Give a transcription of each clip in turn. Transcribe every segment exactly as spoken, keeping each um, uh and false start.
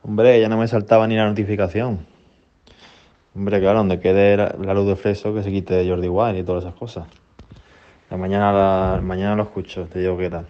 Hombre, ya no me saltaba ni la notificación. Hombre, claro, donde quede la, la luz de Fleso, que se quite Jordi Wild y todas esas cosas. La mañana, la, mañana lo escucho, te digo qué tal.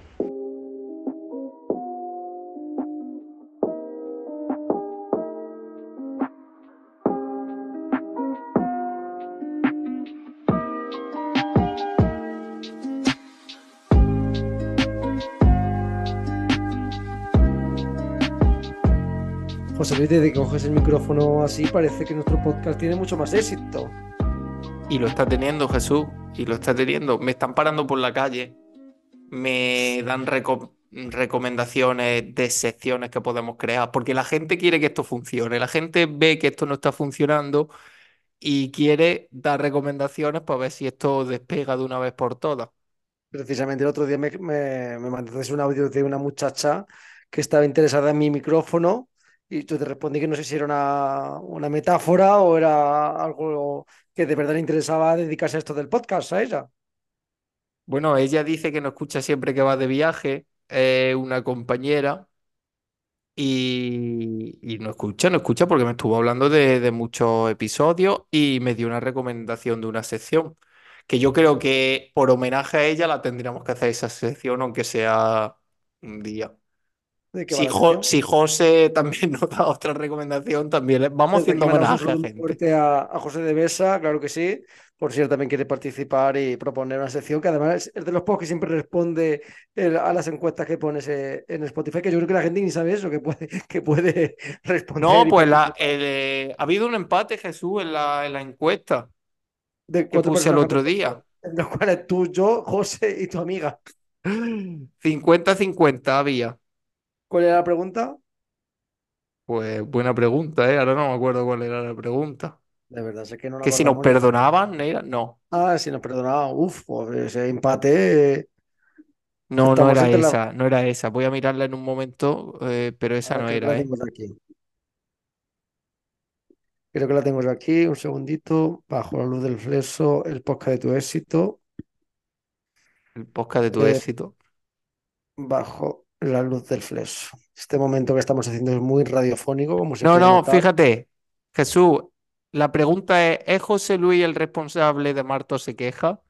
José Luis, desde que coges el micrófono así, parece que nuestro podcast tiene mucho más éxito. Y lo está teniendo Jesús, y lo está teniendo. Me están parando por la calle, me dan reco- recomendaciones de secciones que podemos crear, porque la gente quiere que esto funcione. La gente ve que esto no está funcionando y quiere dar recomendaciones para ver si esto despega de una vez por todas. Precisamente el otro día me, me, me mandaste un audio de una muchacha que estaba interesada en mi micrófono y tú te respondí que no sé si era una, una metáfora o era algo que de verdad le interesaba dedicarse a esto del podcast a ella. Bueno, ella dice que nos escucha siempre que va de viaje, es una compañera. Y, y no escucha, no escucha porque me estuvo hablando de, de muchos episodios y me dio una recomendación de una sección. Que yo creo que por homenaje a ella la tendríamos que hacer esa sección, aunque sea un día. ¿De qué va Si, la Jo- sección? si José también nos da otra recomendación, también le- vamos Desde aquí haciendo mandamos un homenaje a saludo muy gente. fuerte a, a José de Besa, claro que sí, por si él también quiere participar y proponer una sección que además es de los pocos que siempre responde el- a las encuestas que pones eh, en Spotify, que yo creo que la gente ni sabe eso, que puede, que puede No, responder y pues la, participar. el, eh, ha habido un empate, Jesús, en la, en la encuesta ¿De que cuatro puse el personas han otro respondido? día. En los cuales tú, yo, José y tu amiga. Cincuenta-cincuenta había. ¿Cuál era la pregunta? Pues buena pregunta, ¿eh? Ahora no me acuerdo cuál era la pregunta. De verdad, sé que no nos Que si nos acordamos ni. perdonaban, era- no. Ah, si nos perdonaba. Uf, pues ese empate. eh, No, no Estamos era entre la. esa, no era esa. Voy a mirarla en un momento, eh, pero esa Ah, no creo que la era, ¿eh? tengo yo aquí. Creo que la tengo yo aquí. Un segundito. Bajo la luz del fleso, el podcast de tu éxito. El podcast de tu Eh, éxito. bajo la luz del fleso. Este momento que estamos haciendo es muy radiofónico, como se No, puede no, notar. fíjate, Jesús, la pregunta es, ¿es José Luis el responsable de Marto se queja?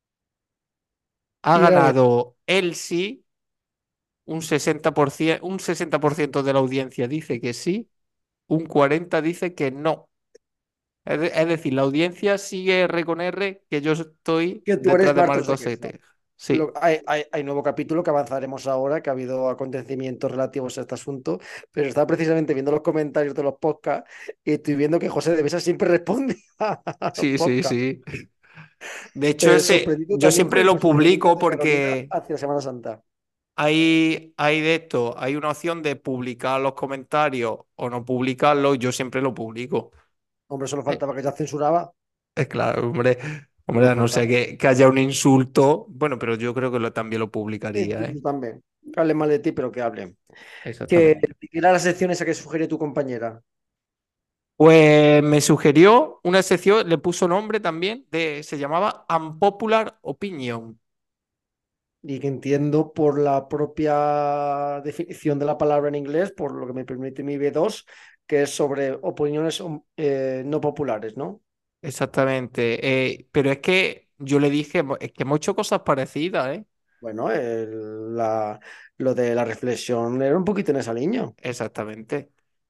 Ha Y gané. ganado él sí, un sesenta por ciento, un sesenta por ciento de la audiencia dice que sí, un cuarenta por ciento dice que no. Es, de- es decir, la audiencia sigue R con R que yo estoy Que tú eres detrás de Martos de Marco queja. C T. Lo- Sí, hay, hay, hay nuevo capítulo que avanzaremos ahora, que ha habido acontecimientos relativos a este asunto, pero estaba precisamente viendo los comentarios de los podcasts y estoy viendo que José de Besa siempre responde a los sí, sí, podcasts. sí. De hecho, Eh, ese sorprendido yo también con siempre el lo posicionamiento publico de Carolina porque hacia Semana Santa. hay, hay de esto, hay una opción de publicar los comentarios o no publicarlos, yo siempre lo publico. Hombre, solo Eh, faltaba que ya censuraba. Es claro, hombre, hombre, Solo a no ser faltaba. que, que haya un insulto, bueno, pero yo creo que lo, también lo Y publicaría, tú ¿eh? también. Que hablen mal de ti, pero que hablen. Que Exactamente. que era la sección esa que sugirió tu compañera. Pues me sugirió una sección, le puso nombre también, de, se llamaba Unpopular Opinion. Y que entiendo por la propia definición de la palabra en inglés, por lo que me permite mi B dos, que es sobre opiniones eh, no populares, ¿no? Exactamente. Eh, pero es que yo le dije, es que hemos hecho cosas parecidas, ¿eh? Bueno, el- la- lo de la reflexión era un poquito en esa línea. Exactamente.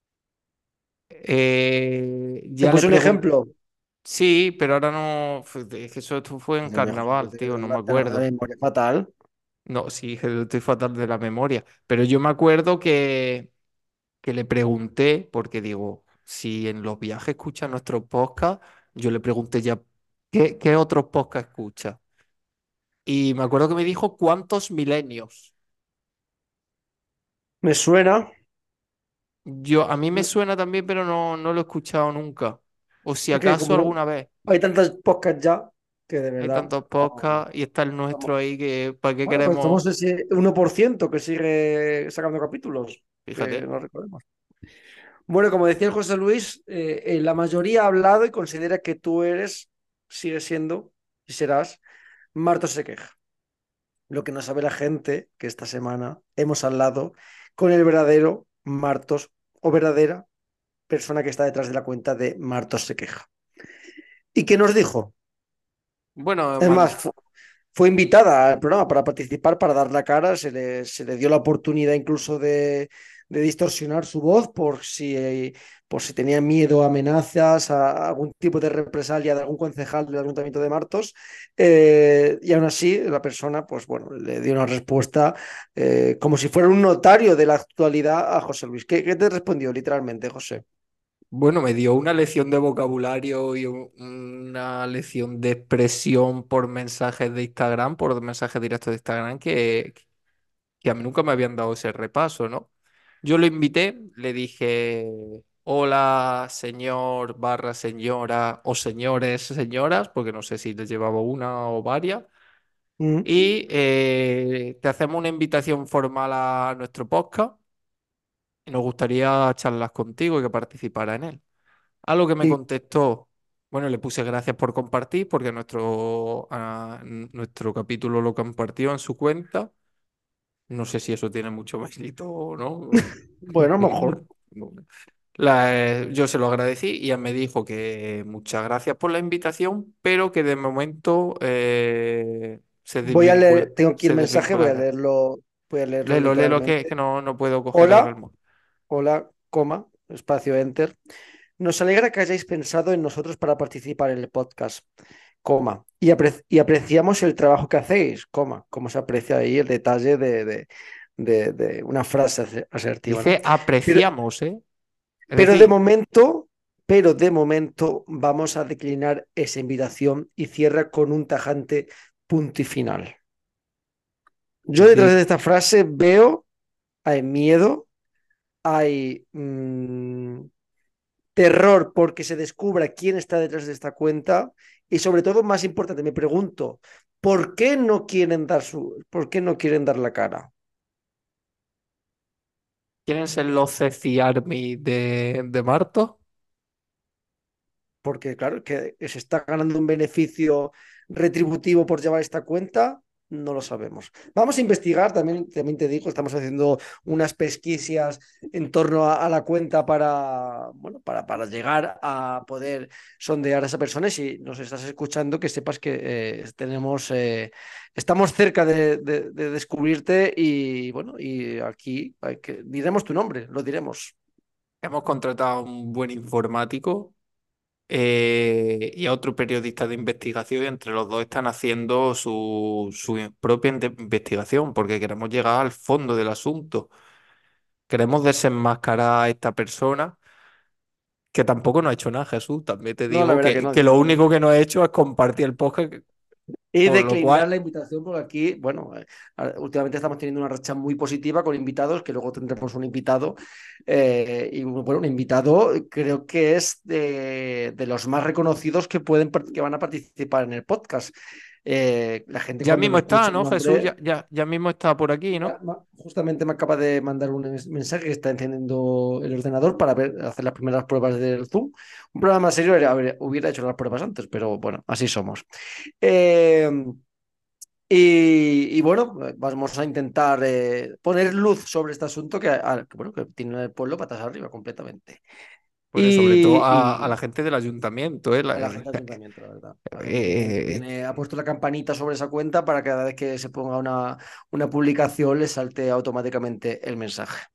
Eh, Te ya le puse un pregunté. ejemplo. Sí, pero ahora no. fue- Es que eso esto fue en A lo mejor que carnaval, te- tío, no me la, tenemos la acuerdo. memoria fatal. No, sí, que estoy fatal de la memoria. Pero yo me acuerdo que, que le pregunté, porque digo, si en los viajes escucha nuestro podcast, yo le pregunté ya, ¿qué, qué otros podcasts escucha? Y me acuerdo que me dijo, ¿cuántos milenios? Me suena. Yo, a mí me suena también, pero no, no lo he escuchado nunca. O si Es que acaso como no- alguna vez. hay tantas podcasts ya que de Hay verdad. tantos No- podcasts y está el estamos- nuestro ahí que ¿para qué bueno, pues somos queremos? ese uno por ciento que sigue sacando capítulos, que Fíjate. no recordemos. Bueno, como decía el José Luis, eh, eh, la mayoría ha hablado y considera que tú eres, sigues siendo y serás Marto se queja. Lo que no sabe la gente que esta semana hemos hablado con el verdadero Martos o verdadera persona que está detrás de la cuenta de Martos se queja. ¿Y qué nos dijo? Bueno, Es man- más, fu- fue invitada al programa para participar, para dar la cara, se le, se le dio la oportunidad incluso de, de distorsionar su voz por si, por si tenía miedo a amenazas, a algún tipo de represalia de algún concejal del Ayuntamiento de Martos. Eh, y aún así, la persona, pues bueno, le dio una respuesta eh, como si fuera un notario de la actualidad a José Luis. ¿Qué, qué te respondió literalmente, José? bueno, me dio una lección de vocabulario y un- una lección de expresión por mensajes de Instagram, por mensajes directos de Instagram, que, que a mí nunca me habían dado ese repaso, ¿no? Yo lo invité, le dije, hola, señor, barra señora, o señores, señoras, porque no sé si les llevaba una o varias, Mm. y eh, te hacemos una invitación formal a nuestro podcast y nos gustaría charlar contigo y que participara en él. A lo que me Y contestó, bueno, le puse gracias por compartir, porque nuestro, ah, n- nuestro capítulo lo compartió en su cuenta. No sé si eso tiene mucho mérito o no. bueno, a lo mejor. La, eh, yo se lo agradecí y ella me dijo que muchas gracias por la invitación, pero que de momento eh, se Voy a desvincula, leer, tengo aquí el se mensaje, voy a desvinculara. leerlo, voy a leerlo Léelo, léelo, que es literalmente. que no, no puedo coger ahora el Hola, móvil. hola, coma, espacio enter. Nos alegra que hayáis pensado en nosotros para participar en el podcast, coma, y, apre- y apreciamos el trabajo que hacéis, coma, como se aprecia ahí el detalle de, de- de- de una frase ase- asertiva, ¿no? Dice Pero, apreciamos, ¿eh? Es pero de decir, momento, pero de momento vamos a declinar esa invitación y cierra con un tajante punto y final. Yo detrás de di- esta frase veo, hay miedo, hay mmm, terror porque se descubra quién está detrás de esta cuenta y sobre todo, más importante, me pregunto, ¿por qué no quieren dar su, por qué no quieren dar la cara? ¿quieren ser los Ceci Army de, de Marto? Porque claro, que se está ganando un beneficio retributivo por llevar esta cuenta, no lo sabemos. Vamos a investigar, también, también te digo, estamos haciendo unas pesquisas en torno a, a la cuenta para, bueno, para, para llegar a poder sondear a esa persona. Y si nos estás escuchando, que sepas que eh, tenemos, eh, estamos cerca de, de, de, descubrirte y bueno, y aquí hay que, diremos tu nombre, lo diremos. Hemos contratado a un buen informático eh, y a otro periodista de investigación y entre los dos están haciendo su, su propia inte- investigación porque queremos llegar al fondo del asunto. Queremos desenmascarar a esta persona que tampoco nos ha hecho nada, Jesús. También te No, la digo verdad que que, no, que lo desde único luego. que no ha hecho es compartir el podcast, Y por lo declinar cual la invitación porque aquí, bueno, eh, últimamente estamos teniendo una racha muy positiva con invitados, que luego tendremos un invitado, eh, y bueno, un invitado creo que es de, de los más reconocidos que, pueden, que van a participar en el podcast. Eh, la gente ya cuando mismo me está, escuche el ¿no, Jesús? nombre, Ya, ya, ya mismo está por aquí, mira, ¿no? ma- justamente me acaba de mandar un mes- mensaje que está encendiendo el ordenador para ver, hacer las primeras pruebas del Zoom. Un programa más serio era- habría- hubiera hecho las pruebas antes, pero bueno, así somos. Eh, y, y bueno, vamos a intentar eh, poner luz sobre este asunto que, a- que, bueno, que tiene el pueblo patas arriba completamente. Porque sobre todo Y, a, a la y gente del ayuntamiento, ¿eh? a La- la gente del ayuntamiento, la verdad. La gente del ayuntamiento eh, tiene, ha puesto la campanita sobre esa cuenta para que cada vez que se ponga una, una publicación le salte automáticamente el mensaje.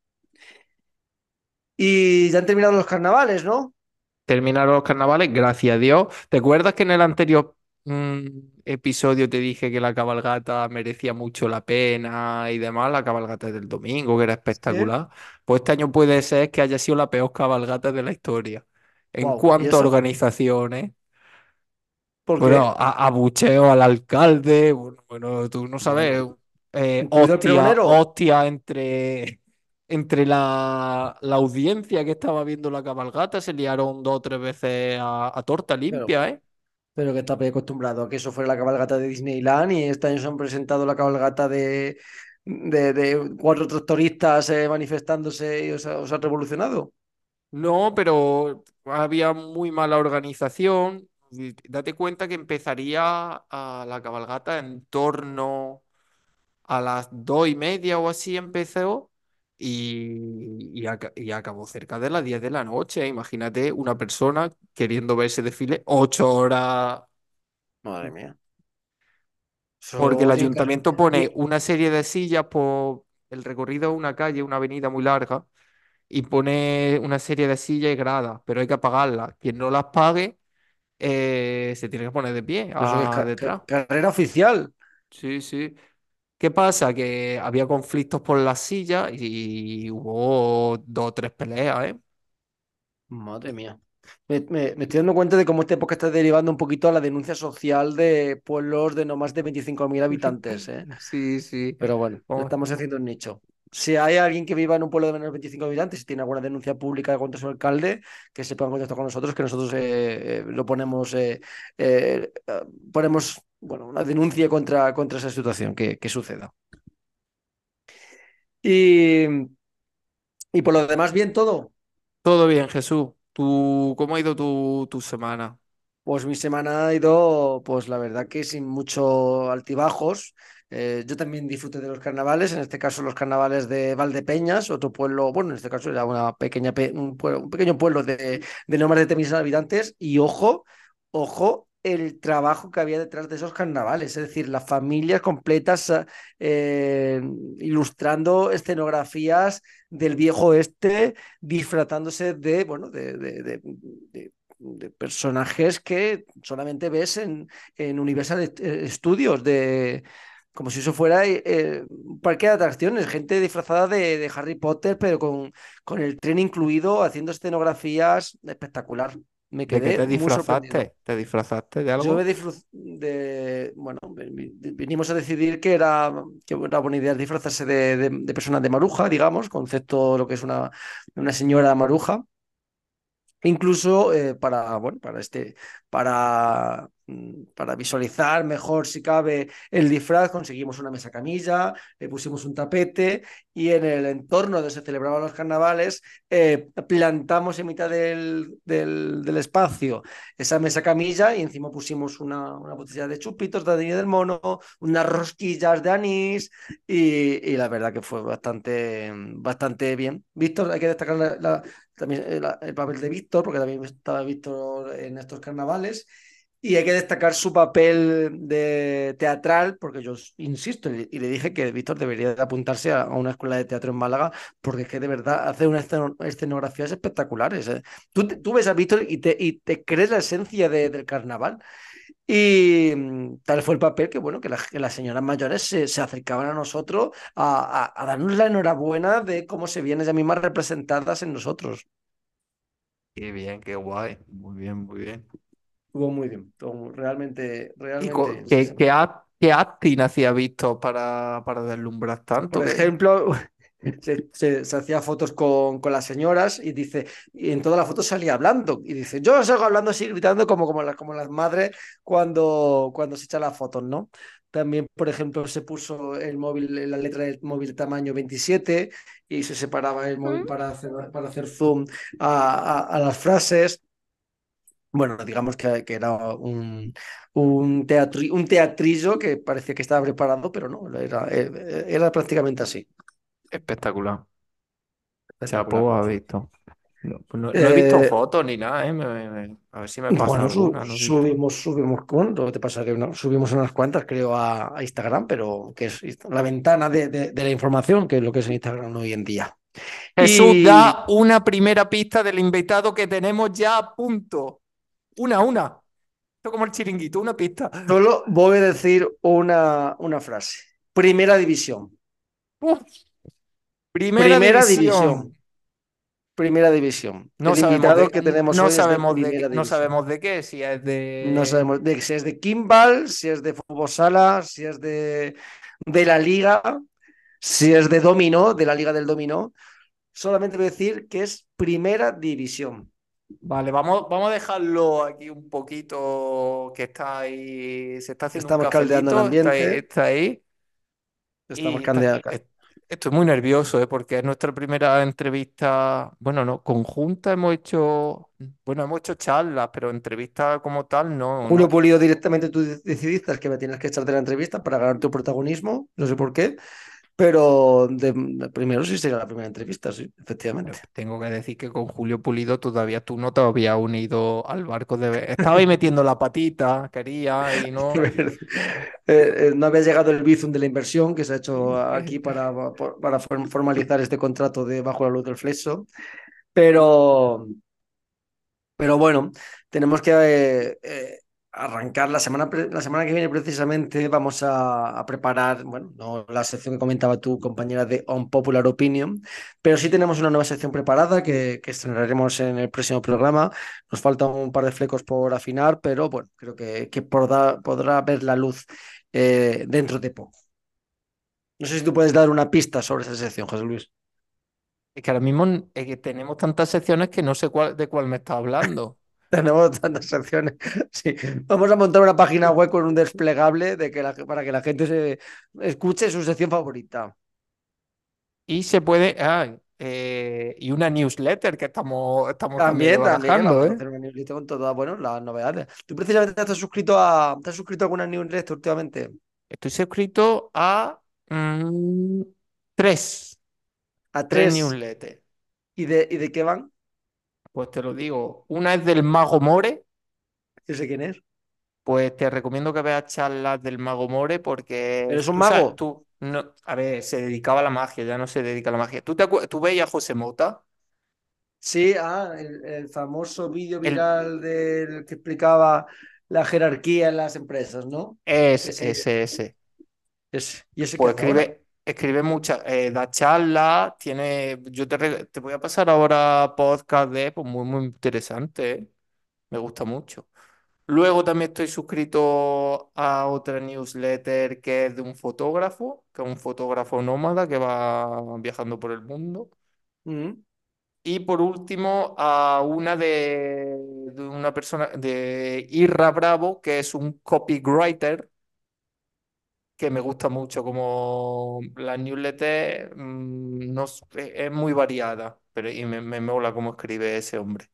Y ya han terminado los carnavales, ¿no? terminaron los carnavales, gracias a Dios. ¿Te acuerdas que en el anterior mm, episodio te dije que la cabalgata merecía mucho la pena y demás? La cabalgata del domingo, que era Sí. espectacular. Pues este año puede ser que haya sido la peor cabalgata de la historia. En Wow. ¿Y cuanto a eso? organizaciones, ¿Por bueno, qué? a- abucheo al alcalde, bueno, bueno, tú no sabes, Bueno, eh, incluido el hostia, pregonero. hostia entre, entre la, la audiencia que estaba viendo la cabalgata, se liaron dos o tres veces a, a torta Pero limpia, ¿eh? Pero que está acostumbrado a que eso fuera la cabalgata de Disneyland y este año se han presentado la cabalgata de, de, de cuatro tractoristas eh, manifestándose y os ha, os ha revolucionado. No, pero había muy mala organización. Y date cuenta que empezaría a la cabalgata en torno a las dos y media o así empezó. y, y, aca- y acabó cerca de las diez de la noche. Imagínate una persona queriendo ver ese desfile ocho horas, Madre mía. porque el Eso tiene que ser- ayuntamiento pone y- una serie de sillas por el recorrido de una calle, una avenida muy larga, y pone una serie de sillas y gradas, pero hay que pagarlas. Quien no las pague eh, se tiene que poner de pie Eso que es a, ca- ca- detrás. carrera oficial. Sí, sí. ¿Qué pasa? Que había conflictos por las sillas y hubo dos o tres peleas, ¿eh? Madre mía. Me, me- me estoy dando cuenta de cómo esta época está derivando un poquito a la denuncia social de pueblos de no más de veinticinco mil habitantes, ¿eh? Sí, sí. Pero bueno, Vamos, estamos haciendo un nicho. Si hay alguien que viva en un pueblo de menos de veinticinco habitantes y tiene alguna denuncia pública contra su alcalde, que se ponga en contacto con nosotros, que nosotros eh, eh, lo ponemos, eh, eh, eh, ponemos, bueno, una denuncia contra, contra esa situación que, que suceda. Y, y por lo demás, bien todo. todo bien, Jesús. ¿Tú, cómo ha ido tu, tu semana? Pues mi semana ha ido, pues la verdad que sin mucho altibajos. Eh, yo también disfruté de los carnavales, en este caso los carnavales de Valdepeñas, otro pueblo, bueno, en este caso era una pequeña, pe- un, pueblo- un pequeño pueblo de, de no más de tres mil habitantes. Y ojo, ojo, el trabajo que había detrás de esos carnavales, es decir, las familias completas eh, ilustrando escenografías del viejo oeste, disfrazándose de, bueno, de, de, de- de de personajes que solamente ves en, en Universal Studios, de, como si eso fuera eh, un parque de atracciones, gente disfrazada de, de Harry Potter, pero con, con el tren incluido, haciendo escenografías espectacular. Me ¿De qué quedé te muy sorprendido. disfrazaste? ¿Te disfrazaste de Yo me algo? disfruté de, bueno, vinimos a decidir que era, que era buena idea disfrazarse de, de, de personas de Maruja, digamos, concepto lo que es una, una señora Maruja. Incluso eh, para, bueno, para este, para, mm, para visualizar mejor si cabe el disfraz, conseguimos una mesa camilla, le pusimos un tapete y en el entorno donde se celebraban los carnavales eh, plantamos en mitad del, del, del espacio esa mesa camilla y encima pusimos una, una botella de chupitos de anís del mono, unas rosquillas de anís y, y la verdad que fue bastante, bastante bien. Víctor, hay que destacar la, la también el, el papel de Víctor, porque también estaba Víctor en estos carnavales. Y hay que destacar su papel de teatral, porque yo insisto y le dije que Víctor debería de apuntarse a una escuela de teatro en Málaga, porque es que de verdad hace unas escenografías espectaculares. ¿Eh? Tú, tú, ves a Víctor y te, y te crees la esencia de, del carnaval. Y mm, tal fue el papel que, bueno, que, la, que las señoras mayores se, se acercaban a nosotros a, a, a, darnos la enhorabuena de cómo se vienen ellas mismas representadas en nosotros. Qué bien, qué guay. Muy bien, muy bien. Estuvo muy bien, estuvo realmente, ¿Y realmente co- bien, sí, qué, señor. qué, act- qué acting hacía Víctor para, para deslumbrar Por tanto? Que ejemplo, se, se, se hacía fotos con, con, las señoras y dice, y en todas las fotos salía hablando. Y dice, yo salgo hablando así, gritando como, como, las, como las madres cuando, cuando se echan las fotos, ¿no? También, por ejemplo, se puso el móvil, la letra del móvil tamaño veintisiete y se separaba el móvil para hacer, para hacer zoom a, a, a las frases. Bueno, digamos que, que era un, un, teatri, un teatrillo que parecía que estaba preparado, pero no, era, era prácticamente así. espectacular. Espectacular. Chapo, ha visto. No, pues no, no he visto Eh, fotos ni nada, ¿eh? Me- me- me- a ver si me pasa bueno, su, alguna, no he visto. subimos, subimos, bueno, luego te pasaré una, subimos unas cuantas, creo, a, a Instagram, pero que es la ventana de, de, de la información, que es lo que es en Instagram hoy en día. Jesús, Y da una primera pista del invitado que tenemos ya a punto. Una, una. Esto como el chiringuito, una pista. solo voy a decir una, una frase. Primera división. Uf, primera Primera división. división. Primera división. No El sabemos invitado de, que tenemos no hoy es de sabemos de, qué- primera no división. sabemos de qué, si es No de... sabemos de, si es de Kimball, si es de fútbol sala, si es de, de la liga, si es de dominó, de la liga del dominó. Solamente voy a decir que es primera división. Vale, vamos, vamos a dejarlo aquí un poquito, que está ahí, se está haciendo un Estamos caldeando el cafelito, está ahí, ambiente, está ahí. estamos Y ta- caldeando. est- estoy muy nervioso, ¿eh? Porque es nuestra primera entrevista, bueno, no, conjunta hemos hecho, bueno, hemos hecho charlas, pero entrevista como tal, no, Julio ¿no? Pulido, directamente tú decidiste que me tienes que echar de la entrevista para ganar tu protagonismo, no sé por qué. pero de, de primero sí sería la primera entrevista, sí, Eh, efectivamente. Tengo que decir que con Julio Pulido todavía tú no te habías unido al barco de... Estaba ahí metiendo la patita, quería y no... Eh, eh, no había llegado el bizum de la inversión que se ha hecho aquí para, para formalizar este contrato de Bajo la Luz del Flexo, pero, pero bueno, tenemos que eh, eh, arrancar la semana, la semana que viene precisamente vamos a, a preparar, bueno, no la sección que comentaba tu compañera de Unpopular Opinion, pero sí tenemos una nueva sección preparada que, que estrenaremos en el próximo programa. Nos faltan un par de flecos por afinar, pero bueno, creo que, que podrá, podrá ver la luz eh, dentro de poco. No sé si tú puedes dar una pista sobre esa sección, José Luis. Es que ahora mismo es que tenemos tantas secciones que no sé cuál, de cuál me está hablando. Tenemos tantas secciones. Sí. Vamos a montar una página web con un desplegable de que la- para que la gente se escuche su sección favorita. Y se puede... ah, eh, y una newsletter que estamos, estamos también También, también barajando, vamos a ¿eh? hacer una newsletter con todas, bueno, las novedades. ¿Tú precisamente te has suscrito a, te has suscrito a alguna newsletter últimamente? Estoy suscrito a mm, tres, A tres tres. newsletters. ¿Y de, y de qué van? Pues te lo digo. Una es del Mago More. Yo sé quién es. Pues te recomiendo que veas charlas del Mago More porque ¿Eres un tú sabes, mago? tú, no, a ver, se dedicaba a la magia, ya no se dedica a la magia. ¿Tú, te acuer- tú veías a José Mota? Sí, ah, el, el famoso vídeo El, viral del que explicaba la jerarquía en las empresas, ¿no? es, Ese, ese, ese. ese. ¿Y ese qué Pues hace ahora? escribe, escribe muchas, eh, da charlas, tiene, yo te, re- te voy a pasar ahora podcast de, pues muy, muy interesante, ¿eh? Me gusta mucho. Luego también estoy suscrito a otra newsletter que es de un fotógrafo, que es un fotógrafo nómada que va viajando por el mundo. Mm. Y por último, a una de, de una persona, de Irra Bravo, que es un copywriter, que me gusta mucho, como la newsletter mm, no, s- es es muy variada, pero y me, me mola cómo escribe ese hombre.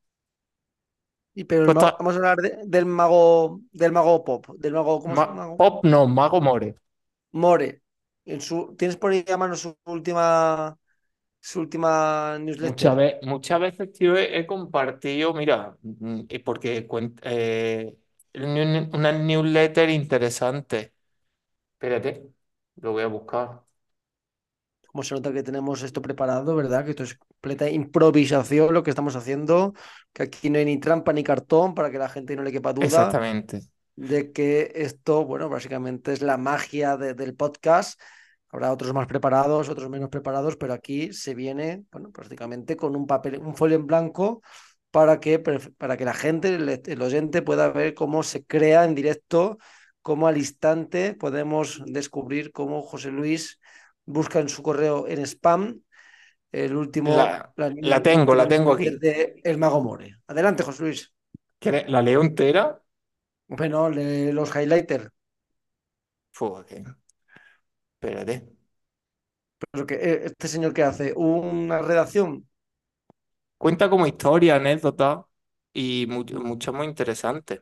Y pero el Pues mago- está, vamos a hablar de- del mago, del mago pop, del mago, ¿cómo se ma- llama? Pop no, Mago More. More. En su, ¿tienes por ahí a mano su última, su última Muchas newsletter? veces, muchas veces, tío, he, he compartido, mira, mm, y porque cuen- eh, un- una newsletter interesante. Espérate, lo voy a buscar. Como se nota que tenemos esto preparado, ¿verdad? Que esto es completa improvisación lo que estamos haciendo, que aquí no hay ni trampa ni cartón para que la gente no le quepa duda Exactamente. de que esto, bueno, básicamente es la magia de- del podcast. Habrá otros más preparados, otros menos preparados, pero aquí se viene, bueno, prácticamente con un papel, un folio en blanco para que, para que la gente, el, el oyente, pueda ver cómo se crea en directo, cómo al instante podemos descubrir cómo José Luis busca en su correo en spam el último, La, la, la la tengo, última la tengo newsletter aquí. de El Mago More. Adelante, José Luis. ¿Quieres- ¿La leo entera? Bueno, lee los highlighters. Fue que, espérate. Pero que eh, este señor que hace una redacción, Cuenta como historia, anécdota y mu- mucho muy interesante.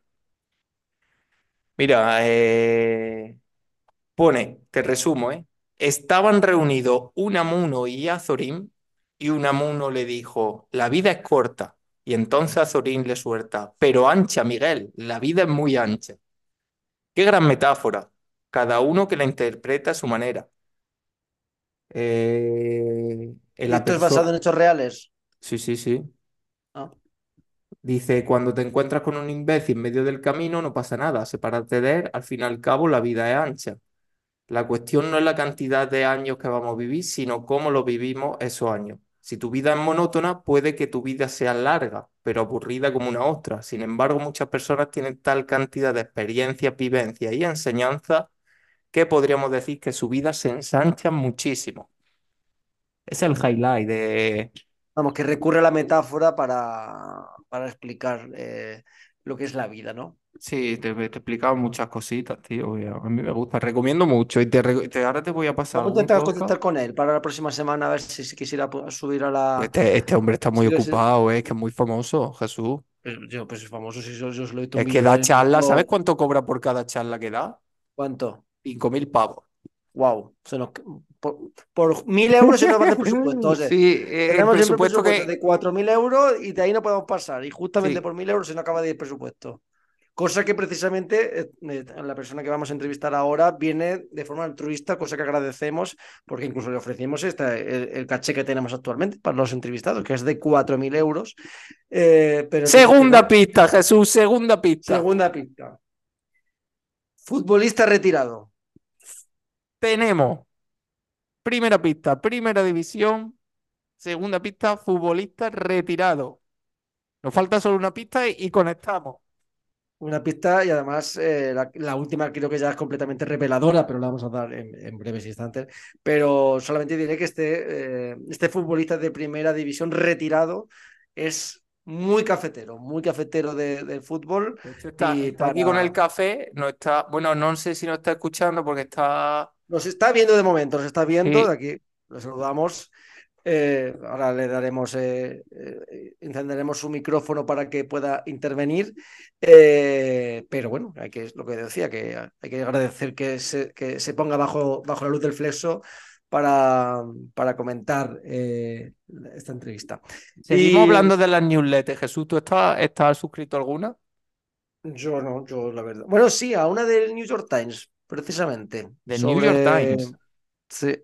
Mira, eh, pone, te resumo, ¿eh? Estaban reunidos Unamuno y Azorín y Unamuno le dijo, la vida es corta. Y entonces Azorín le suelta, pero ancha, Miguel, la vida es muy ancha. Qué gran metáfora, cada uno que la interpreta a su manera. Eh, en y la esto es basado persona... en hechos reales. Sí, sí, sí. Ah, Dice, cuando te encuentras con un imbécil en medio del camino, no pasa nada, sepárate de él, al fin y al cabo la vida es ancha. La cuestión no es la cantidad de años que vamos a vivir, sino cómo lo vivimos esos años. Si tu vida es monótona, puede que tu vida sea larga, pero aburrida como una ostra. Sin embargo, muchas personas tienen tal cantidad de experiencia, vivencia y enseñanza que podríamos decir que su vida se ensancha muchísimo. Es el highlight de... vamos, que recurre a la metáfora para, para explicar eh, lo que es la vida, ¿no? Sí, te, te he explicado muchas cositas, tío. y A a mí me gusta. Recomiendo mucho. Y te, re- te- ahora te voy a pasar Vamos a algún intentar podcast. contactar con él para la próxima semana a ver si, si quisiera pu- subir a Pues la... este, este hombre está muy Si les- ocupado, eh, es que es muy famoso, Jesús. pues, yo, pues es famoso, si yo, yo os lo he hecho un Es que vídeo de da él en charla. ¿Sabes TikTok. cuánto cobra por cada charla que da? ¿Cuánto? Cinco mil pavos. Wow, se nos, por, por mil euros se nos va a hacer presupuesto. O sea, Sí, eh, el tenemos siempre presupuesto presupuesto que de cuatro mil euros y de ahí no podemos pasar. Y justamente sí. por mil euros se nos acaba de ir el presupuesto. Cosa que precisamente eh, eh, la persona que vamos a entrevistar ahora viene de forma altruista, cosa que agradecemos, porque incluso le ofrecimos esta, el, el caché que tenemos actualmente para los entrevistados, que es de cuatro mil euros, eh, pero él dijo que Segunda no. pista, Jesús, segunda pista. Segunda pista. Futbolista retirado. Tenemos primera pista, primera división. Segunda pista, futbolista retirado. Nos falta solo una pista y, y conectamos. Una pista y además eh, la, la, última creo que ya es completamente reveladora, pero la vamos a dar en, en breves instantes. Pero solamente diré que este, eh, este futbolista de primera división retirado es muy cafetero, muy cafetero de, del fútbol De hecho, está, y está aquí con el para... café. No está, bueno, no sé si nos está escuchando porque está. Nos está viendo de momento, nos está viendo, de Sí, aquí lo saludamos. Eh, ahora le daremos, eh, eh, encenderemos su micrófono para que pueda intervenir. Eh, pero bueno, hay que, lo que decía, que hay que agradecer que se, que se ponga bajo, bajo la luz del flexo para, para comentar eh, esta entrevista. seguimos Y hablando de las newsletters. Jesús, ¿tú estás, estás suscrito a alguna? yo no, yo la verdad. Bueno, sí, a una del New York Times, precisamente, Del New York sobre... Times. Sí,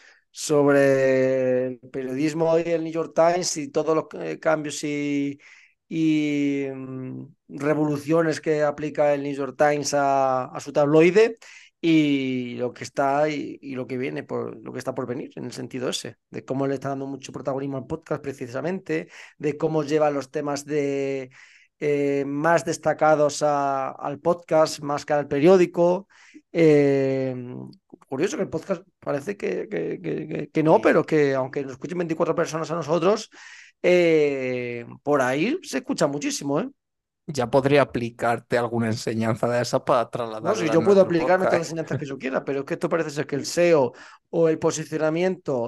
sobre el periodismo y el New York Times y todos los eh, cambios y, y mm, revoluciones que aplica el New York Times a, a su tabloide y lo que está y, y, lo que viene por lo que está por venir en el sentido ese, de cómo le está dando mucho protagonismo al podcast precisamente, de cómo lleva los temas de eh, más destacados a, al podcast más que al periódico. Eh, Curioso que el podcast parece que, que, que, que no, Sí. pero que aunque nos escuchen veinticuatro personas a nosotros, eh, por ahí se escucha muchísimo, ¿eh? Ya podría aplicarte alguna enseñanza de esas para No, si trasladarla a yo puedo nuestro aplicarme todas podcast. las enseñanzas que yo quiera, pero es que esto parece ser que el S E O o el posicionamiento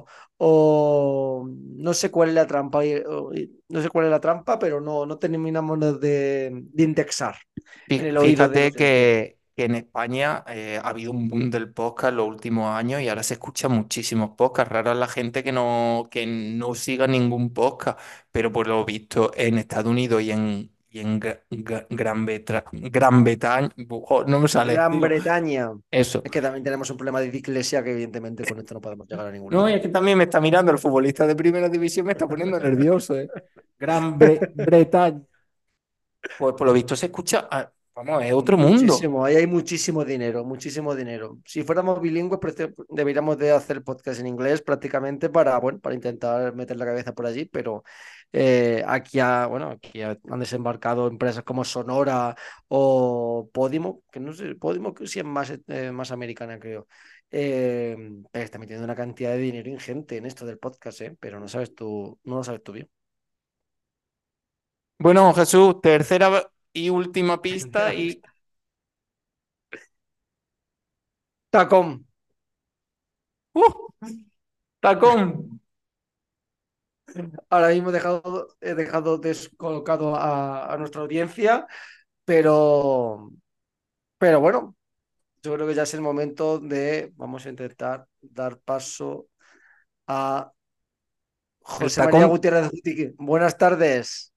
o no sé cuál es la trampa, o, no sé cuál es la trampa, pero no, no terminamos de, de indexar en Fí- el oído del Fíjate oyente. que, que en España eh, ha habido un boom del podcast en los últimos años y ahora se escuchan muchísimos podcasts. Rara es la gente que no, que no siga ningún podcast, pero por lo visto en Estados Unidos y en, y en Gra- Gra- Gran, Betra- Gran Bretaña, oh, no me sale, Gran tío. Bretaña. Eso. Es que también tenemos un problema de dislexia que evidentemente con esto no podemos llegar a ningún No, y lado. es que también me está mirando el futbolista de primera división, me está poniendo nervioso, ¿eh? Gran Bre- Bretaña. Pues por lo visto se escucha, ah, vamos, es otro mundo. Muchísimo, ahí hay muchísimo dinero, muchísimo dinero. Si fuéramos bilingües, prece- deberíamos de hacer podcast en inglés prácticamente para, bueno, para intentar meter la cabeza por allí, pero eh, aquí, ha, bueno, aquí ha- han desembarcado empresas como Sonora o Podimo, que no sé, Podimo que sí es más, eh, más americana, creo. Eh, pero está metiendo una cantidad de dinero ingente en esto del podcast, eh, pero no sabes tú, no lo sabes tú bien. Bueno, Jesús, tercera y última pista y Tacom. ¡uh! Tacón. Ahora mismo he dejado, he dejado descolocado a, a nuestra audiencia, pero, pero bueno, yo creo que ya es el momento de, vamos a intentar dar paso a El José María tacón. Gutiérrez Guti. Buenas tardes.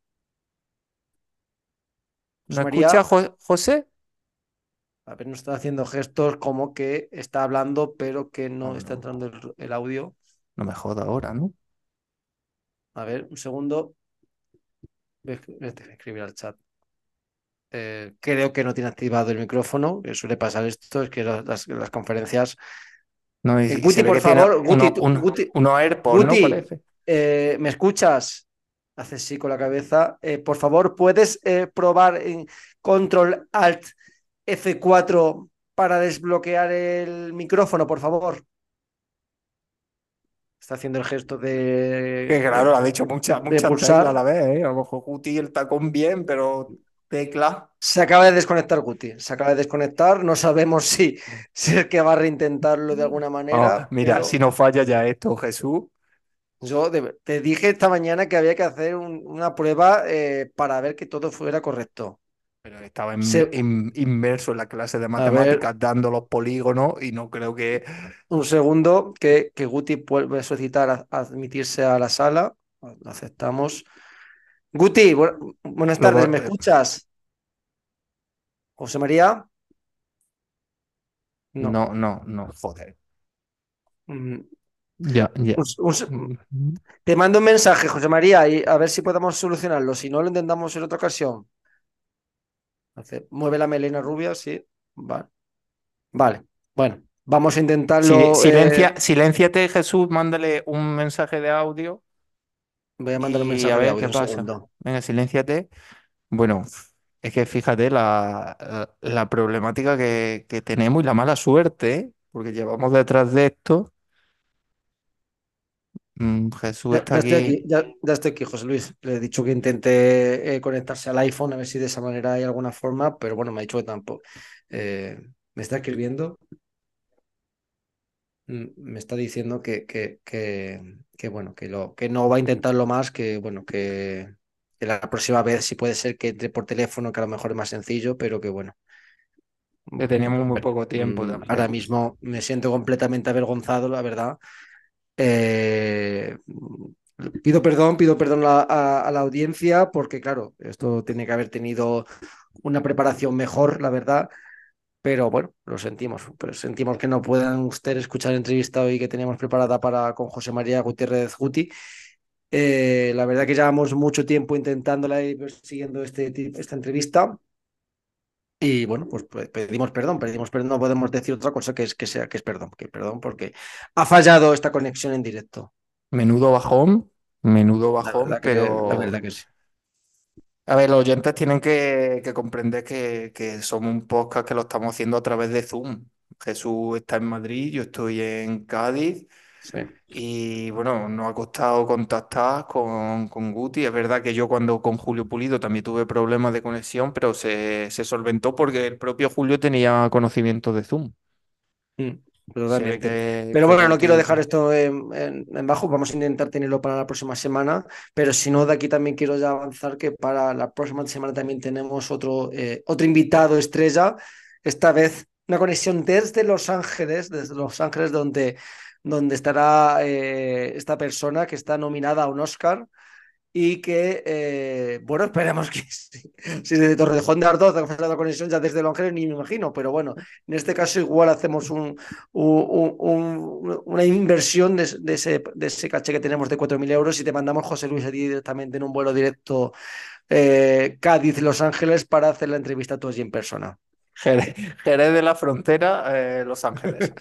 ¿No José escucha, María, Jo- José? a ver, nos está haciendo gestos como que está hablando, pero que Oh, no está no. entrando el, el audio. No me joda ahora, ¿no? A ver, un segundo. Voy a escribir al chat. Eh, creo que no tiene activado el micrófono, que suele pasar esto, es que las, las- las conferencias. No, y, Eh, y se Guti, ve por que tiene favor, Guti, uno, tú- uno, Guti, unos AirPods, ¿no? Guti, Parece. eh, ¿me escuchas? Hace sí con la cabeza. Eh, por favor, ¿puedes eh, probar en Control Alt F cuatro para desbloquear el micrófono, por favor? Está haciendo el gesto Que de, claro, de, lo ha dicho muchas, de muchas teclas a pulsar. la vez, ¿eh? A lo mejor Guti el tacón bien, pero tecla. Se acaba de desconectar Guti, se acaba de desconectar. No sabemos si, si es que va a reintentarlo de alguna Oh, manera, mira, si pero no falla ya esto, Jesús. yo de- te dije esta mañana que había que hacer un- una prueba eh, para ver que todo fuera correcto. pero estaba in- Se- in- inmerso en la clase de a ver, matemáticas dando los polígonos y no creo que... un segundo, que, que Guti vuelve a solicitar a, a admitirse a la sala. Lo aceptamos. Guti, bu- buenas Lo tardes, va- ¿me eh, escuchas? José María, no. No, no, no, joder. Mm, Ya, ya. un- un- Mm, te mando un mensaje, José María, y a ver si podemos solucionarlo. Si no, lo intentamos en otra ocasión. Hace- mueve la melena rubia, sí. Vale. Vale. Bueno, vamos a Sil- intentarlo. eh, Silencia, silénciate, Jesús, mándale un mensaje de audio Voy a mandar un y a mensaje de ver audio, qué un pasa. segundo. Venga, silénciate. Bueno, es que fíjate la, la- la problemática que, que tenemos y la mala suerte, ¿eh? Porque llevamos detrás de esto. Mm, Jesús Ya, está ya estoy aquí. aquí, ya, ya estoy aquí, José Luis. Le he dicho que intente eh, conectarse al iPhone, a ver si de esa manera hay alguna forma, pero bueno, me ha dicho que tampoco. Eh, me está escribiendo, mm, me está diciendo que, que, que, que, bueno, que, lo, que no va a intentarlo más, que bueno, que, que la próxima vez sí puede ser que entre por teléfono, que a lo mejor es más sencillo, pero que bueno. Que teníamos muy Bueno, poco tiempo mm, ahora también. mismo me siento completamente avergonzado, la verdad. Eh, pido perdón, pido perdón a, a- a la audiencia porque, claro, esto tiene que haber tenido una preparación mejor, la verdad, pero bueno, lo sentimos. Pero sentimos que no puedan ustedes escuchar la entrevista hoy que teníamos preparada para con José María Gutiérrez Guti. Eh, la verdad que llevamos mucho tiempo intentándola y persiguiendo este, esta entrevista. Y bueno, pues, pues pedimos perdón, pedimos perdón, no podemos decir otra cosa que es que sea que es perdón, que perdón porque ha fallado esta conexión en directo. Menudo bajón, menudo La bajón, verdad que, la pero verdad que sí. a ver, los oyentes tienen que, que comprender que, que somos un podcast que lo estamos haciendo a través de Zoom. Jesús está en Madrid, yo estoy en Cádiz Sí. y bueno, nos ha costado contactar con, con Guti. Es verdad que yo cuando con Julio Pulido también tuve problemas de conexión, pero se, se solventó porque el propio Julio tenía conocimiento de Zoom. Mm, Se ve totalmente. que, Pero que bueno, no quiero Guti... dejar esto en, en- en bajo. Vamos a intentar tenerlo para la próxima semana. Pero si no, de aquí también quiero ya avanzar que para la próxima semana también tenemos otro, eh, otro invitado estrella. Esta vez una conexión desde Los Ángeles, desde Los Ángeles, donde, donde estará eh, esta persona que está nominada a un Oscar. Y que, eh, bueno, esperemos que sí. Si de Torrejón de Ardoz ha la conexión ya desde Los Ángeles, ni me imagino, pero bueno, en este caso igual hacemos un, un, un, una inversión de, de, ese, de, ese, caché que tenemos de cuatro mil euros y te mandamos, José Luis, a ti directamente en un vuelo directo eh, Cádiz-Los Ángeles para hacer la entrevista a todos y en persona. Jerez, Jerez de la Frontera, eh, Los Ángeles.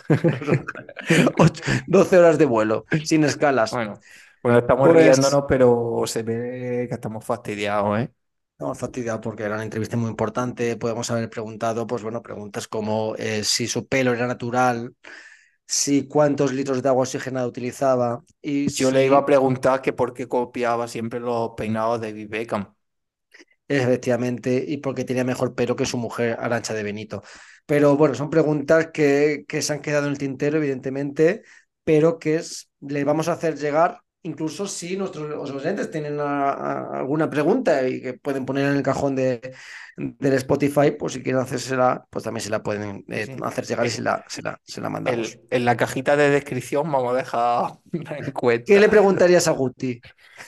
doce horas de vuelo, sin escalas. Bueno, bueno, estamos Pues riéndonos, pero se ve que estamos fastidiados, ¿eh? estamos fastidiados porque era una entrevista muy importante. Podemos haber preguntado, pues bueno, preguntas como eh, si su pelo era natural, si cuántos litros de agua oxigenada utilizaba y Yo le iba a si preguntar que por qué copiaba siempre los peinados de David Beckham. efectivamente y porque tenía mejor pelo que su mujer Arancha de Benito. Pero bueno, son preguntas que, que se han quedado en el tintero, evidentemente, pero que es, le vamos a hacer llegar. Incluso si nuestros oyentes tienen a- a alguna pregunta y que pueden poner en el cajón de, del Spotify, pues si quieren hacérsela, pues también se la pueden Sí, eh, sí. hacer llegar y se Eh, la, se la, se la mandamos. el- en la cajita de descripción vamos a dejar una ¿Qué encuesta. le preguntarías a Guti?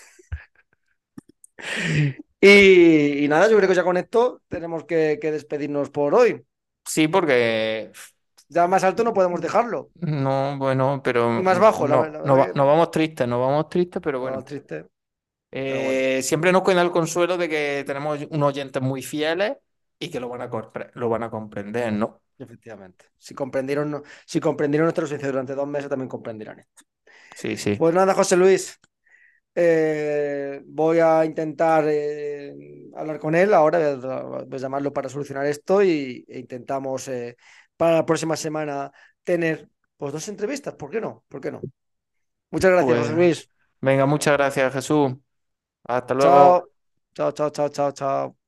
Y, y nada, yo creo que ya con esto tenemos que, que despedirnos por hoy. Sí, porque Ya más alto no podemos dejarlo. no, bueno, Y pero más bajo, la, no, la no, verdad va- que no vamos tristes, no vamos tristes, pero no, bueno. triste, pero bueno, Eh, siempre nos queda el consuelo de que tenemos unos oyentes muy fieles y que lo van a, compre- lo van a comprender, ¿no? efectivamente. Si comprendieron, si comprendieron nuestra ausencia durante dos meses, también comprenderán esto. Sí, sí. Pues nada, José Luis, eh, voy a intentar eh, hablar con él ahora, voy a llamarlo para solucionar esto y, e intentamos eh, para la próxima semana tener pues dos entrevistas, ¿por qué no? ¿Por qué no? Muchas gracias, Pues José Luis. venga, muchas gracias, Jesús. Hasta Chao, luego. chao, chao, chao, chao, chao.